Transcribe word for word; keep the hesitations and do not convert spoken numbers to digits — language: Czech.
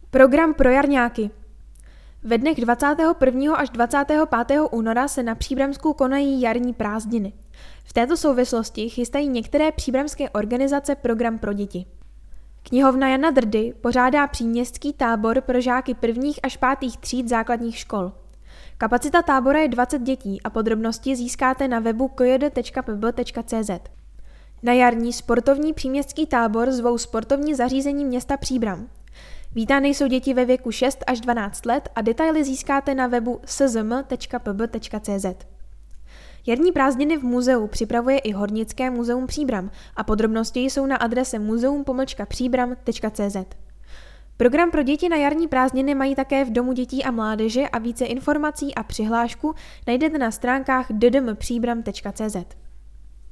Program pro jarňáky. Ve dnech dvacátého prvního až dvacátého pátého února se na Příbramsku konají jarní prázdniny. V této souvislosti chystají některé příbramské organizace program pro děti. Knihovna Jana Drdy pořádá příměstský tábor pro žáky prvních až pátých tříd základních škol. Kapacita tábora je dvacet dětí a podrobnosti získáte na webu k j d tečka p b tečka c z. Na jarní sportovní příměstský tábor zvou sportovní zařízení města Příbram. Vítány jsou děti ve věku šest až dvanáct let a detaily získáte na webu s z m tečka p b tečka c z. Jarní prázdniny v muzeu připravuje i Hornické muzeum Příbram a podrobnosti jsou na adrese muzeum pomlčka příbram tečka c z. Program pro děti na jarní prázdniny mají také v Domu dětí a mládeže a více informací a přihlášku najdete na stránkách d d m příbram tečka c z.